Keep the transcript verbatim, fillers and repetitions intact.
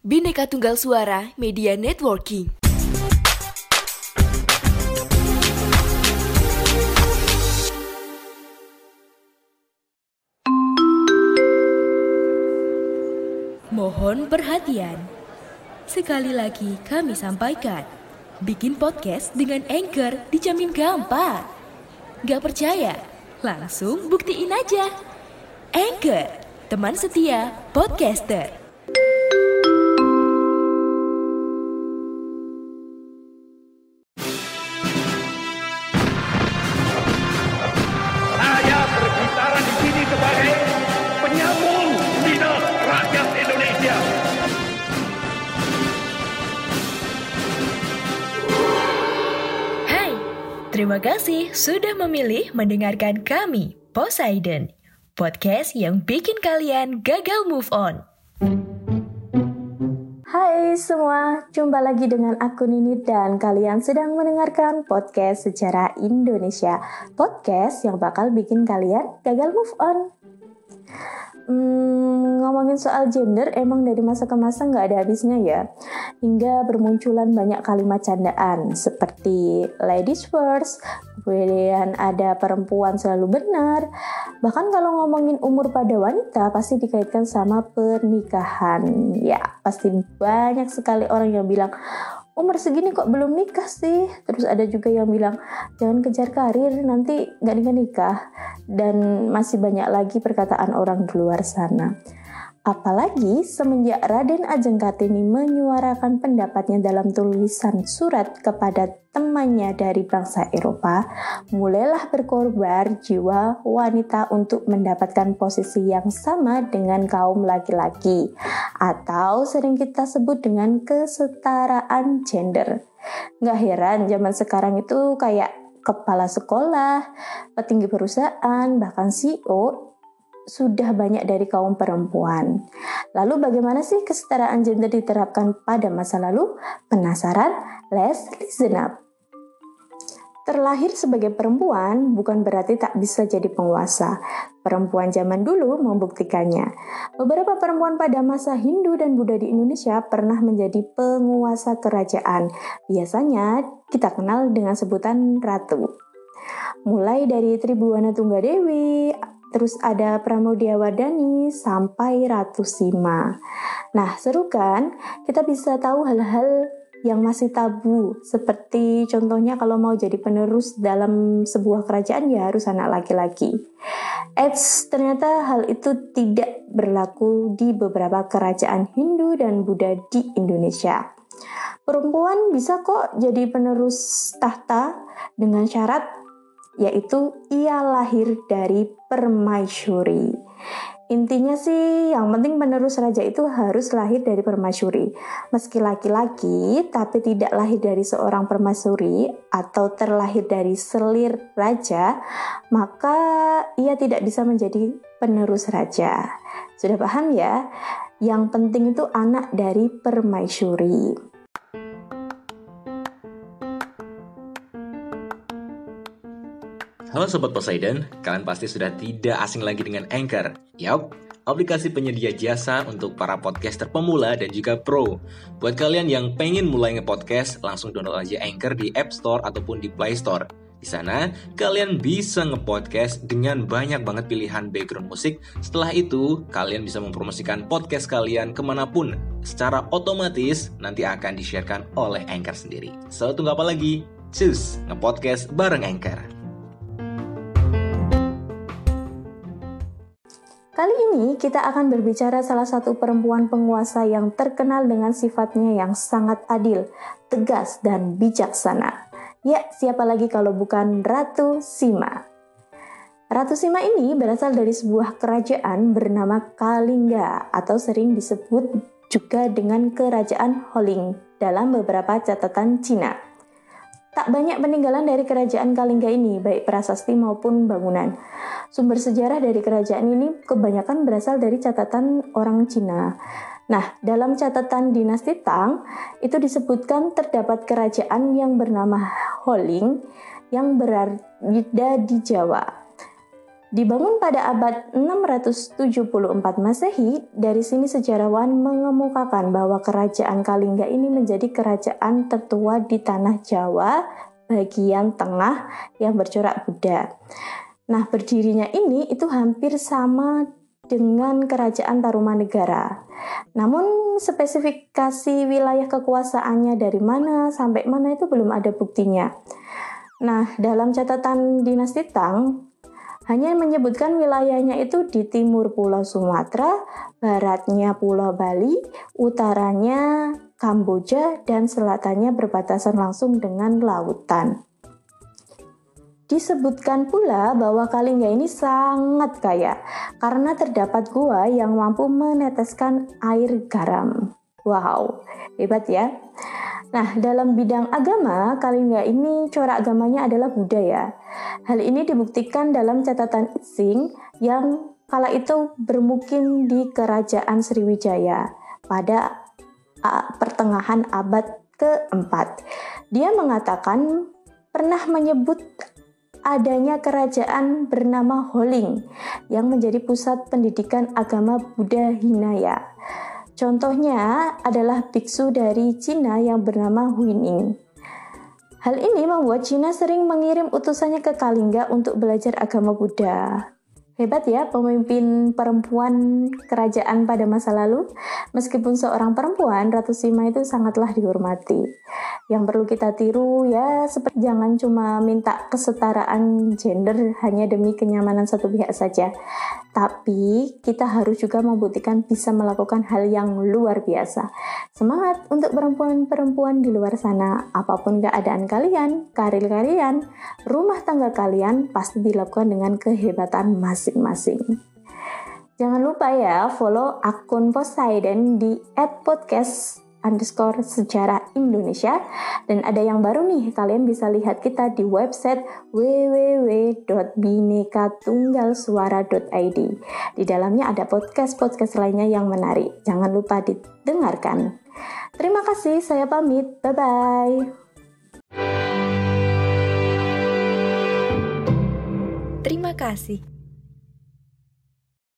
Bhinneka Tunggal Suara Media Networking. Mohon perhatian. Sekali lagi kami sampaikan, bikin podcast dengan Anchor dijamin gampang. Gak percaya? Langsung buktiin aja. Anchor, teman setia podcaster. Saya berbicara di sini sebagai penyambung lidah rakyat Indonesia. Hai, terima kasih sudah memilih mendengarkan kami, Poseidon, podcast yang bikin kalian gagal move on. Hai semua, jumpa lagi dengan aku Nini dan kalian sedang mendengarkan podcast Sejarah Indonesia. Podcast yang bakal bikin kalian gagal move on. Hmm, ngomongin soal gender emang dari masa ke masa nggak ada habisnya ya. Hingga bermunculan banyak kalimat candaan seperti ladies first, kemudian ada perempuan selalu benar. Bahkan kalau ngomongin umur pada wanita pasti dikaitkan sama pernikahan. Ya, pasti banyak sekali orang yang bilang, umur segini kok belum nikah sih? Terus ada juga yang bilang, jangan kejar karir, nanti gak nikah-nikah. Dan masih banyak lagi perkataan orang di luar sana. Apalagi semenjak Raden Ajeng Kartini menyuarakan pendapatnya dalam tulisan surat kepada temannya dari bangsa Eropa, mulailah berkorban jiwa wanita untuk mendapatkan posisi yang sama dengan kaum laki-laki, atau sering kita sebut dengan kesetaraan gender. Gak heran zaman sekarang itu kayak kepala sekolah, petinggi perusahaan, bahkan C E O sudah banyak dari kaum perempuan. Lalu bagaimana sih kesetaraan gender diterapkan pada masa lalu? Penasaran? Let's listen up. Terlahir sebagai perempuan bukan berarti tak bisa jadi penguasa. Perempuan zaman dulu membuktikannya. Beberapa perempuan pada masa Hindu dan Buddha di Indonesia pernah menjadi penguasa kerajaan. Biasanya kita kenal dengan sebutan ratu. Mulai dari Tribhuwana Tunggadewi, terus ada Pramudiawardhani sampai Ratu Sima. Nah, seru kan? Kita bisa tahu hal-hal yang masih tabu, seperti contohnya kalau mau jadi penerus dalam sebuah kerajaan ya harus anak laki-laki. Eits, ternyata hal itu tidak berlaku di beberapa kerajaan Hindu dan Buddha di Indonesia. Perempuan bisa kok jadi penerus tahta dengan syarat yaitu ia lahir dari permaisuri. Intinya sih yang penting penerus raja itu harus lahir dari permaisuri. Meski laki-laki tapi tidak lahir dari seorang permaisuri atau terlahir dari selir raja, maka ia tidak bisa menjadi penerus raja. Sudah paham ya? Yang penting itu anak dari permaisuri. Halo Sobat Poseidon, kalian pasti sudah tidak asing lagi dengan Anchor. Yap, aplikasi penyedia jasa untuk para podcaster pemula dan juga pro. Buat kalian yang pengen mulai nge-podcast, langsung download aja Anchor di App Store ataupun di Play Store. Di sana, kalian bisa nge-podcast dengan banyak banget pilihan background musik. Setelah itu, kalian bisa mempromosikan podcast kalian kemanapun. Secara otomatis, nanti akan di-sharekan oleh Anchor sendiri. So, tunggu apa lagi? Cus, nge-podcast bareng Anchor. Kali ini kita akan berbicara salah satu perempuan penguasa yang terkenal dengan sifatnya yang sangat adil, tegas, dan bijaksana. Ya, siapa lagi kalau bukan Ratu Sima. Ratu Sima ini berasal dari sebuah kerajaan bernama Kalingga atau sering disebut juga dengan Kerajaan Holing dalam beberapa catatan Cina. Tak banyak peninggalan dari kerajaan Kalingga ini, baik prasasti maupun bangunan. Sumber sejarah dari kerajaan ini kebanyakan berasal dari catatan orang Cina. Nah, dalam catatan dinasti Tang, itu disebutkan terdapat kerajaan yang bernama Holing yang berada di Jawa. Dibangun pada abad enam ratus tujuh puluh empat Masehi, dari sini sejarawan mengemukakan bahwa kerajaan Kalingga ini menjadi kerajaan tertua di tanah Jawa bagian tengah yang bercorak Buddha. Nah, berdirinya ini itu hampir sama dengan kerajaan Tarumanegara. Namun spesifikasi wilayah kekuasaannya dari mana sampai mana itu belum ada buktinya. Nah, dalam catatan dinasti Tang hanya menyebutkan wilayahnya itu di timur Pulau Sumatera, baratnya Pulau Bali, utaranya Kamboja, dan selatannya berbatasan langsung dengan lautan. Disebutkan pula bahwa Kalingga ini sangat kaya karena terdapat gua yang mampu meneteskan air garam. Wow, hebat ya. Nah, dalam bidang agama, Kalingga ini corak agamanya adalah Buddha ya. Hal ini dibuktikan dalam catatan Itsing yang kala itu bermukim di Kerajaan Sriwijaya pada uh, pertengahan abad keempat. Dia mengatakan pernah menyebut adanya kerajaan bernama Holing yang menjadi pusat pendidikan agama Buddha Hinaya. Contohnya adalah biksu dari Cina yang bernama Huining. Hal ini membuat Cina sering mengirim utusannya ke Kalingga untuk belajar agama Buddha. Hebat ya pemimpin perempuan kerajaan pada masa lalu. Meskipun seorang perempuan, Ratu Sima itu sangatlah dihormati. Yang perlu kita tiru ya, seperti jangan cuma minta kesetaraan gender hanya demi kenyamanan satu pihak saja. Tapi kita harus juga membuktikan bisa melakukan hal yang luar biasa. Semangat untuk perempuan-perempuan di luar sana. Apapun keadaan kalian, karir kalian, rumah tangga kalian pasti dilakukan dengan kehebatan masing-masing. Jangan lupa ya follow akun Poseidon di et podcast underscore sejarah Indonesia. Dan ada yang baru nih, kalian bisa lihat kita di website w w w dot bineka tunggal suara dot i d. Di dalamnya ada podcast-podcast lainnya yang menarik. Jangan lupa didengarkan. Terima kasih, saya pamit. Bye-bye. Terima kasih.